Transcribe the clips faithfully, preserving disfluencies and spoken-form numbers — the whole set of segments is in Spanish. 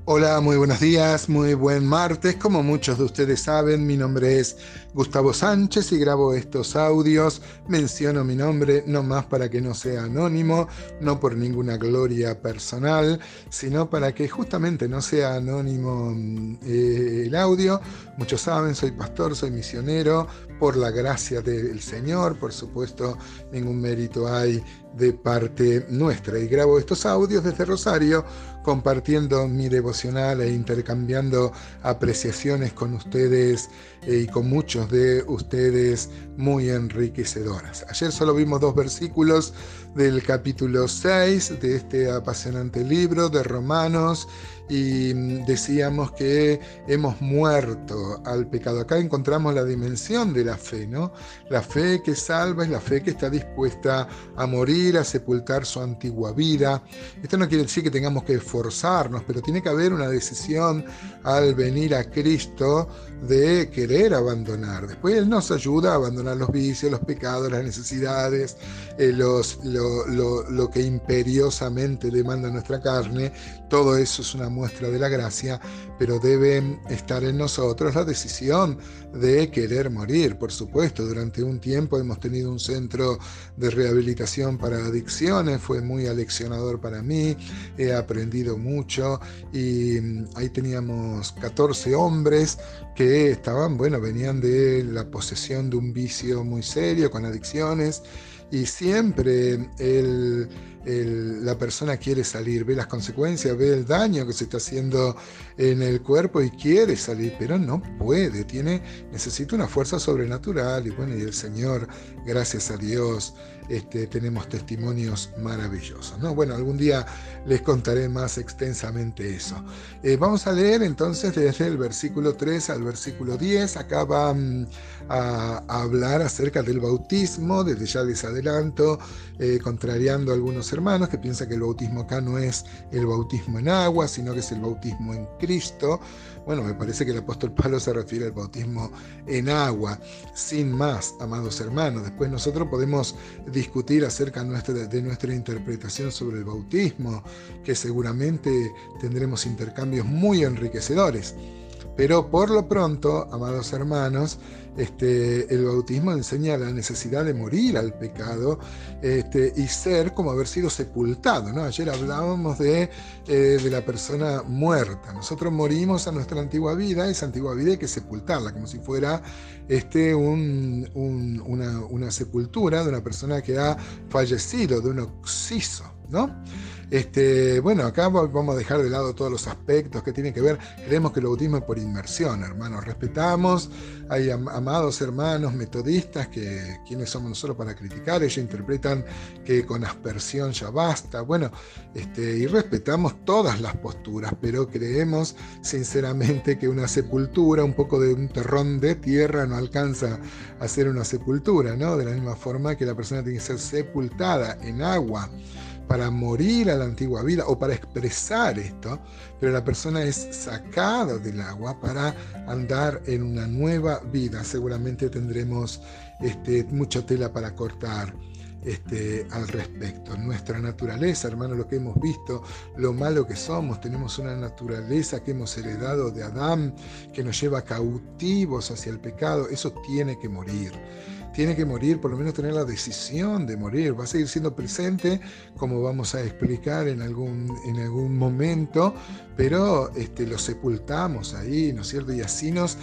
Hola, muy buenos días, muy buen martes. Como muchos de ustedes saben, mi nombre es Gustavo Sánchez y grabo estos audios. Menciono mi nombre no más para que no sea anónimo, no por ninguna gloria personal, sino para que justamente no sea anónimo eh, el audio. Muchos saben, soy pastor, soy misionero, por la gracia del Señor, por supuesto, ningún mérito hay de parte nuestra. Y grabo estos audios desde Rosario, compartiendo mi devocional e intercambiando apreciaciones con ustedes eh, y con muchos de ustedes muy enriquecedoras. Ayer solo vimos dos versículos del capítulo seis de este apasionante libro de Romanos y decíamos que hemos muerto al pecado. Acá encontramos la dimensión de la fe, ¿no? La fe que salva es la fe que está dispuesta a morir, a sepultar su antigua vida. Esto no quiere decir que tengamos que esforzarnos, pero tiene que haber una decisión al venir a Cristo de querer abandonar. Después Él nos ayuda a abandonar los vicios, los pecados, las necesidades, eh, los, lo, lo, lo que imperiosamente demanda nuestra carne. Todo eso es una muestra de la gracia, pero debe estar en nosotros la decisión de querer morir. Por supuesto, durante un tiempo hemos tenido un centro de rehabilitación para adicciones, fue muy aleccionador para mí, he aprendido mucho y ahí teníamos catorce hombres que estaban, bueno, venían de la posesión de un vicio muy serio con adicciones y siempre el El, la persona quiere salir, ve las consecuencias, ve el daño que se está haciendo en el cuerpo y quiere salir, pero no puede, tiene, necesita una fuerza sobrenatural y bueno, y el Señor, gracias a Dios, este, tenemos testimonios maravillosos, ¿no? Bueno, algún día les contaré más extensamente eso. Eh, vamos a leer entonces desde el versículo tres al versículo diez, acá van a, a hablar acerca del bautismo, desde ya les adelanto, eh, contrariando a algunos hermanos que piensan que el bautismo acá no es el bautismo en agua, sino que es el bautismo en Cristo. Bueno, me parece que el apóstol Pablo se refiere al bautismo en agua, sin más, amados hermanos. Después nosotros podemos discutir acerca nuestra, de nuestra interpretación sobre el bautismo, que seguramente tendremos intercambios muy enriquecedores. Pero por lo pronto, amados hermanos, este, el bautismo enseña la necesidad de morir al pecado este, y ser como haber sido sepultado, ¿no? Ayer hablábamos de, eh, de la persona muerta. Nosotros morimos a nuestra antigua vida, esa antigua vida hay que sepultarla, como si fuera este, un, un, una, una sepultura de una persona que ha fallecido, de un occiso, ¿no? Este, bueno, acá vamos a dejar de lado todos los aspectos que tienen que ver. Creemos que el bautismo es por inmersión, hermanos. Respetamos, hay am amados hermanos metodistas que quienes somos nosotros para criticar. Ellos interpretan que con aspersión ya basta. Bueno, este, y respetamos todas las posturas, pero creemos sinceramente que una sepultura, un poco de un terrón de tierra no alcanza a ser una sepultura, ¿no? De la misma forma que la persona tiene que ser sepultada en agua para morir a la antigua vida o para expresar esto, pero la persona es sacada del agua para andar en una nueva vida. Seguramente tendremos este, mucha tela para cortar este, al respecto. Nuestra naturaleza, hermano, lo que hemos visto, lo malo que somos, tenemos una naturaleza que hemos heredado de Adán, que nos lleva cautivos hacia el pecado. Eso tiene que morir. Tiene que morir, por lo menos tener la decisión de morir. Va a seguir siendo presente, como vamos a explicar en algún, en algún momento, pero este, lo sepultamos ahí, ¿no es cierto? Y así nos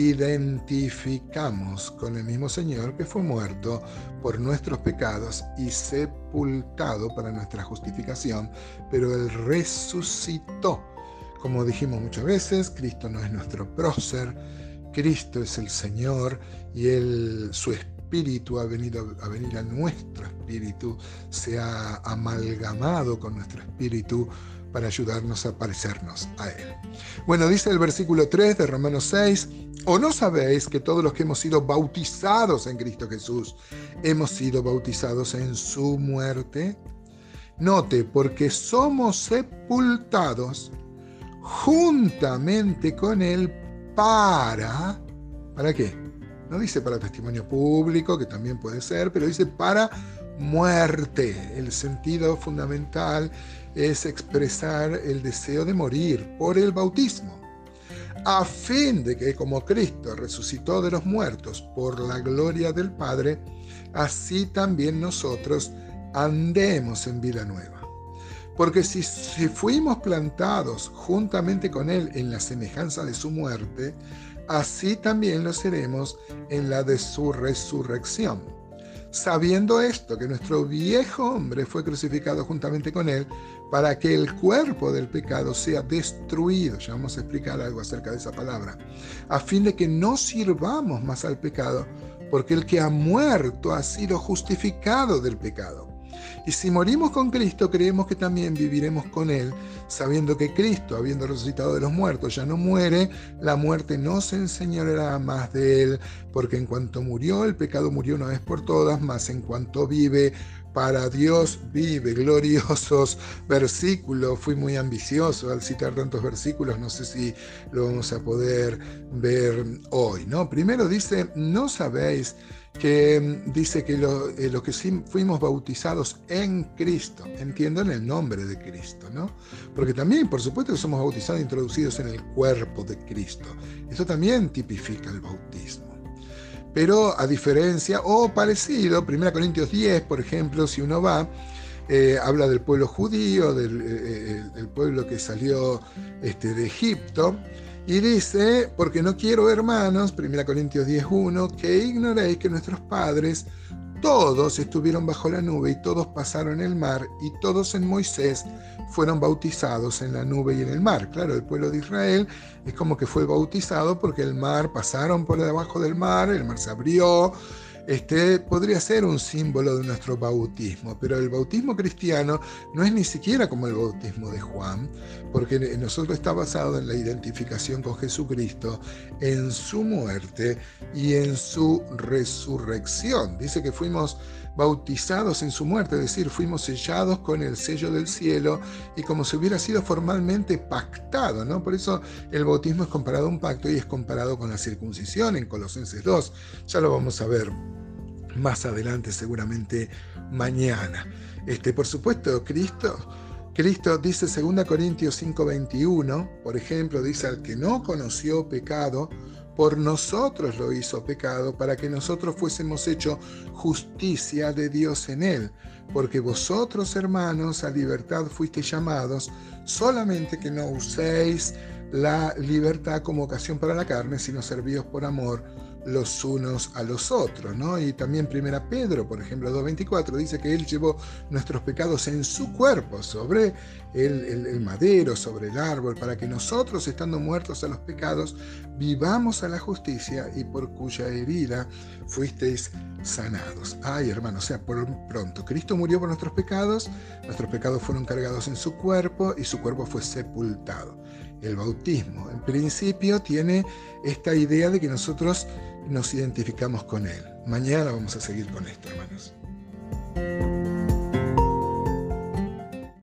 identificamos con el mismo Señor que fue muerto por nuestros pecados y sepultado para nuestra justificación, pero Él resucitó. Como dijimos muchas veces, Cristo no es nuestro prócer, Cristo es el Señor y Él, su Espíritu, Espíritu ha venido a venir a nuestro espíritu, se ha amalgamado con nuestro espíritu para ayudarnos a parecernos a Él. Bueno, dice el versículo tres de Romanos seis, ¿o no sabéis que todos los que hemos sido bautizados en Cristo Jesús, hemos sido bautizados en su muerte? Note, porque somos sepultados juntamente con Él para... ¿Para qué? No dice para testimonio público, que también puede ser, pero dice para muerte. El sentido fundamental es expresar el deseo de morir por el bautismo, a fin de que como Cristo resucitó de los muertos por la gloria del Padre, así también nosotros andemos en vida nueva. Porque si, si fuimos plantados juntamente con Él en la semejanza de su muerte, así también lo seremos en la de su resurrección. Sabiendo esto, que nuestro viejo hombre fue crucificado juntamente con Él, para que el cuerpo del pecado sea destruido. Ya vamos a explicar algo acerca de esa palabra. A fin de que no sirvamos más al pecado, porque el que ha muerto ha sido justificado del pecado. Y si morimos con Cristo, creemos que también viviremos con Él, sabiendo que Cristo, habiendo resucitado de los muertos, ya no muere, la muerte no se enseñoreará más de Él, porque en cuanto murió, el pecado murió una vez por todas, mas en cuanto vive, para Dios vive. Gloriosos versículos. Fui muy ambicioso al citar tantos versículos, no sé si lo vamos a poder ver hoy, ¿no? Primero dice, ¿no sabéis que dice que los eh, lo que fuimos bautizados en Cristo? Entiendo, en el nombre de Cristo, ¿no? Porque también, por supuesto, que somos bautizados e introducidos en el cuerpo de Cristo. Esto también tipifica el bautismo. Pero a diferencia, o parecido, primera Corintios diez, por ejemplo, si uno va, eh, habla del pueblo judío, del eh, el pueblo que salió este, de Egipto, y dice, porque no quiero, hermanos, primera Corintios diez uno, que ignoréis que nuestros padres todos estuvieron bajo la nube y todos pasaron el mar y todos en Moisés fueron bautizados en la nube y en el mar. Claro, el pueblo de Israel es como que fue bautizado porque el mar, pasaron por debajo del mar, el mar se abrió. Este podría ser un símbolo de nuestro bautismo, pero el bautismo cristiano no es ni siquiera como el bautismo de Juan, porque en nosotros está basado en la identificación con Jesucristo, en su muerte y en su resurrección. Dice que fuimos bautizados en su muerte, es decir, fuimos sellados con el sello del cielo y como si hubiera sido formalmente pactado, ¿no? Por eso el bautismo es comparado a un pacto y es comparado con la circuncisión en Colosenses dos. Ya lo vamos a ver más adelante, seguramente mañana. Este, por supuesto, Cristo, Cristo dice segunda Corintios cinco veintiuno, por ejemplo, dice: al que no conoció pecado, por nosotros lo hizo pecado, para que nosotros fuésemos hecho justicia de Dios en él. Porque vosotros, hermanos, a libertad fuisteis llamados, solamente que no uséis la libertad como ocasión para la carne, sino servíos por amor los unos a los otros, ¿no? Y también primera Pedro, por ejemplo, dos veinticuatro, dice que Él llevó nuestros pecados en su cuerpo, sobre el, el, el madero, sobre el árbol, para que nosotros, estando muertos a los pecados, vivamos a la justicia, y por cuya herida fuisteis sanados. Ay, hermano, o sea, por pronto, Cristo murió por nuestros pecados, nuestros pecados fueron cargados en su cuerpo, y su cuerpo fue sepultado. El bautismo, en principio, tiene esta idea de que nosotros nos identificamos con Él. Mañana vamos a seguir con esto, hermanos.